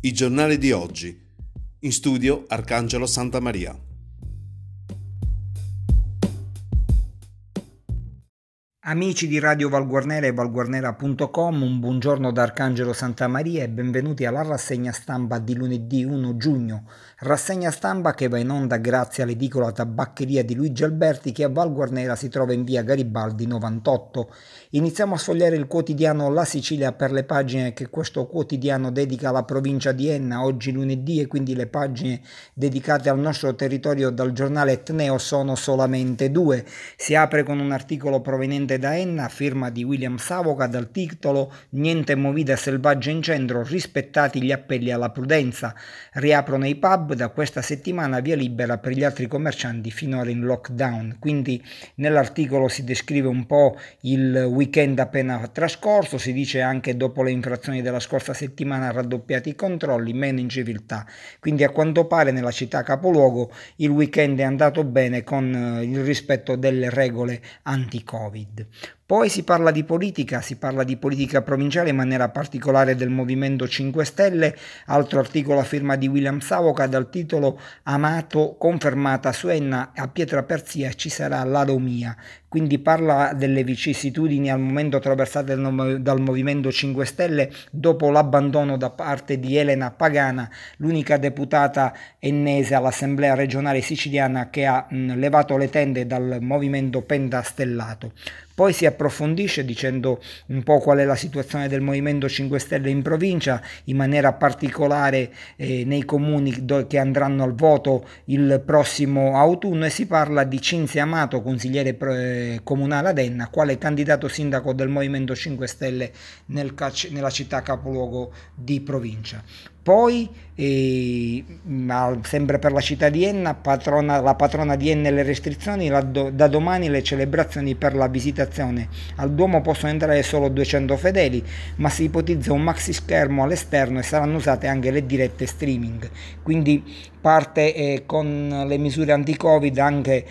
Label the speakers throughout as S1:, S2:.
S1: I giornali di oggi. In studio Arcangelo Santamaria.
S2: Amici di Radio Valguarnera e valguarnera.com, un buongiorno da Arcangelo Santamaria e benvenuti alla rassegna stampa di lunedì 1 giugno. Rassegna stampa che va in onda grazie all'edicola tabaccheria di Luigi Alberti che a Valguarnera si trova in via Garibaldi 98. Iniziamo a sfogliare il quotidiano La Sicilia per le pagine che questo quotidiano dedica alla provincia di Enna oggi lunedì, e quindi le pagine dedicate al nostro territorio dal giornale Etneo sono solamente due. Si apre con un articolo proveniente da Enna a firma di William Savoca dal titolo "Niente movida selvaggia in centro, rispettati gli appelli alla prudenza". Riaprono i pub da questa settimana, via libera per gli altri commercianti finora in lockdown. Quindi nell'articolo si descrive un po' il weekend appena trascorso, si dice anche dopo le infrazioni della scorsa settimana raddoppiati i controlli, meno inciviltà. Quindi a quanto pare nella città capoluogo il weekend è andato bene con il rispetto delle regole anti-Covid. Poi si parla di politica provinciale, in maniera particolare del Movimento 5 Stelle, altro articolo a firma di William Savoca dal titolo "Amato confermata su Enna, a Pietraperzia ci sarà l'Aromia". Quindi parla delle vicissitudini al momento attraversate dal Movimento 5 Stelle dopo l'abbandono da parte di Elena Pagana, l'unica deputata ennese all'Assemblea regionale siciliana che ha levato le tende dal Movimento Pentastellato. Poi si approfondisce dicendo un po' qual è la situazione del Movimento 5 Stelle in provincia, in maniera particolare nei comuni che andranno al voto il prossimo autunno, e si parla di Cinzia Amato, consigliere comunale ad Enna, quale candidato sindaco del Movimento 5 Stelle nella città capoluogo di provincia. Poi, sempre per la città di Enna, la patrona di Enna e le restrizioni, da domani le celebrazioni per la visitazione al Duomo possono entrare solo 200 fedeli, ma si ipotizza un maxi schermo all'esterno e saranno usate anche le dirette streaming. Quindi parte con le misure anti-Covid anche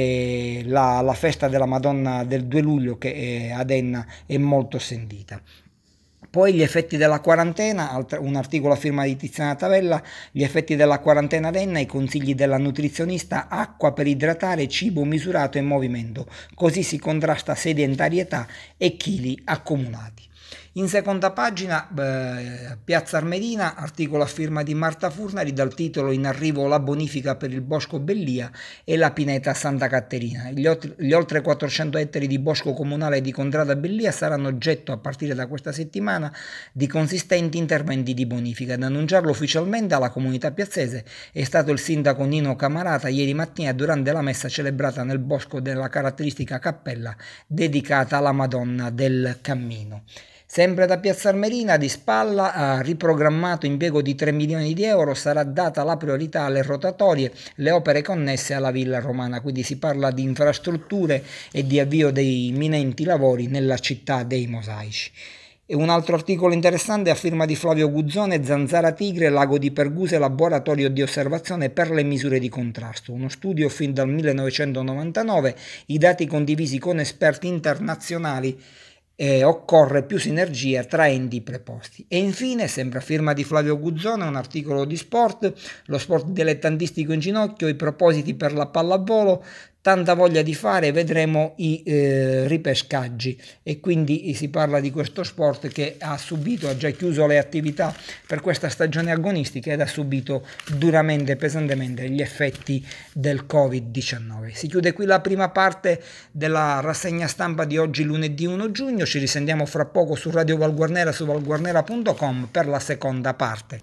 S2: la festa della Madonna del 2 luglio che ad Enna è molto sentita. Poi gli effetti della quarantena, un articolo a firma di Tiziana Tavella, gli effetti della quarantena ad Enna, i consigli della nutrizionista: acqua per idratare, cibo misurato e movimento, così si contrasta sedentarietà e chili accumulati. In seconda pagina, Piazza Armerina, articolo a firma di Marta Furnari dal titolo "In arrivo la bonifica per il Bosco Bellia e la pineta Santa Caterina". Gli oltre 400 ettari di bosco comunale di Contrada Bellia saranno oggetto a partire da questa settimana di consistenti interventi di bonifica. Ad annunciarlo ufficialmente alla comunità piazzese è stato il sindaco Nino Camarata ieri mattina durante la messa celebrata nel bosco della caratteristica cappella dedicata alla Madonna del Cammino. Sempre da Piazza Armerina, di spalla, ha riprogrammato impiego di 3 milioni di euro, sarà data la priorità alle rotatorie, le opere connesse alla Villa Romana, quindi si parla di infrastrutture e di avvio dei imminenti lavori nella città dei mosaici. E un altro articolo interessante a firma di Flavio Guzzone: Zanzara Tigre, Lago di Perguse, laboratorio di osservazione per le misure di contrasto. Uno studio fin dal 1999, i dati condivisi con esperti internazionali. Occorre più sinergia tra enti preposti. E infine, sempre a firma di Flavio Guzzone, un articolo di sport: lo sport dilettantistico in ginocchio, i propositi per la pallavolo, tanta voglia di fare, vedremo i ripescaggi. E quindi si parla di questo sport che ha già chiuso le attività per questa stagione agonistica ed ha subito duramente e pesantemente gli effetti del Covid-19. Si chiude qui la prima parte della rassegna stampa di oggi lunedì 1 giugno, ci risentiamo fra poco su Radio Valguarnera, su valguarnera.com per la seconda parte.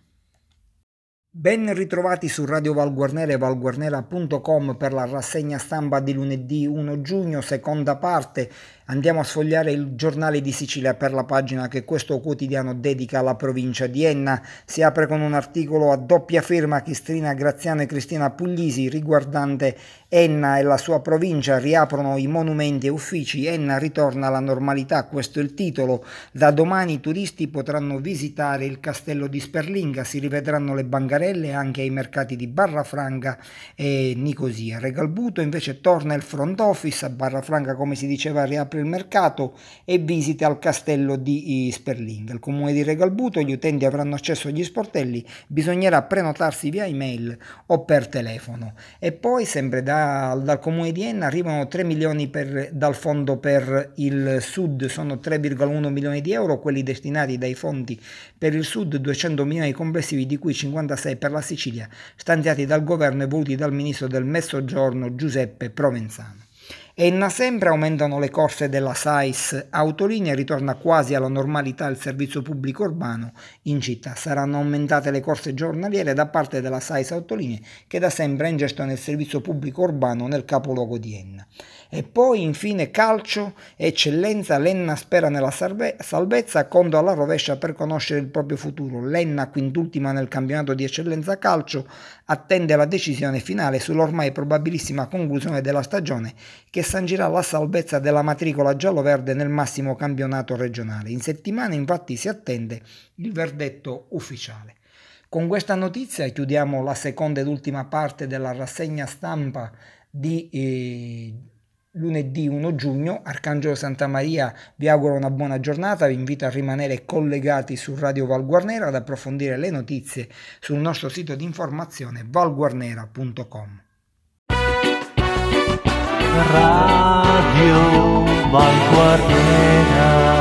S2: Ben ritrovati su Radio Valguarnera e valguarnera.com per la rassegna stampa di lunedì 1 giugno, seconda parte. Andiamo a sfogliare il giornale di Sicilia per la pagina che questo quotidiano dedica alla provincia di Enna. Si apre con un articolo a doppia firma Cristina Graziano e Cristina Puglisi riguardante Enna e la sua provincia riaprono i monumenti e uffici, Enna ritorna alla normalità, questo è il titolo. Da domani i turisti potranno visitare il castello di Sperlinga, si rivedranno le bancarelle anche ai mercati di Barrafranca e Nicosia. Regalbuto invece torna il front office, a Barrafranca come si diceva riapre il mercato e visite al castello di Sperlinga. Il comune di Regalbuto, gli utenti avranno accesso agli sportelli, bisognerà prenotarsi via email o per telefono. E poi sempre dal comune di Enna arrivano 3 milioni dal fondo per il sud, sono 3,1 milioni di euro quelli destinati dai fondi per il sud, 200 milioni complessivi di cui 56 per la Sicilia, stanziati dal governo e voluti dal ministro del Mezzogiorno Giuseppe Provenzano. Enna sempre aumentano le corse della SAIS Autolinee, ritorna quasi alla normalità il servizio pubblico urbano in città. Saranno aumentate le corse giornaliere da parte della SAIS Autolinee che da sempre è in gestione del servizio pubblico urbano nel capoluogo di Enna. E poi infine calcio, eccellenza, l'Enna spera nella salvezza, conto alla rovescia per conoscere il proprio futuro. L'Enna, quintultima nel campionato di eccellenza calcio, attende la decisione finale sull'ormai probabilissima conclusione della stagione che sancirà la salvezza della matricola giallo-verde nel massimo campionato regionale. In settimana infatti si attende il verdetto ufficiale. Con questa notizia chiudiamo la seconda ed ultima parte della rassegna stampa di lunedì 1 giugno. Arcangelo Santamaria vi auguro una buona giornata, vi invito a rimanere collegati su Radio Val Guarnera ad approfondire le notizie sul nostro sito di informazione valguarnera.com.
S3: Radio Val Guarnera.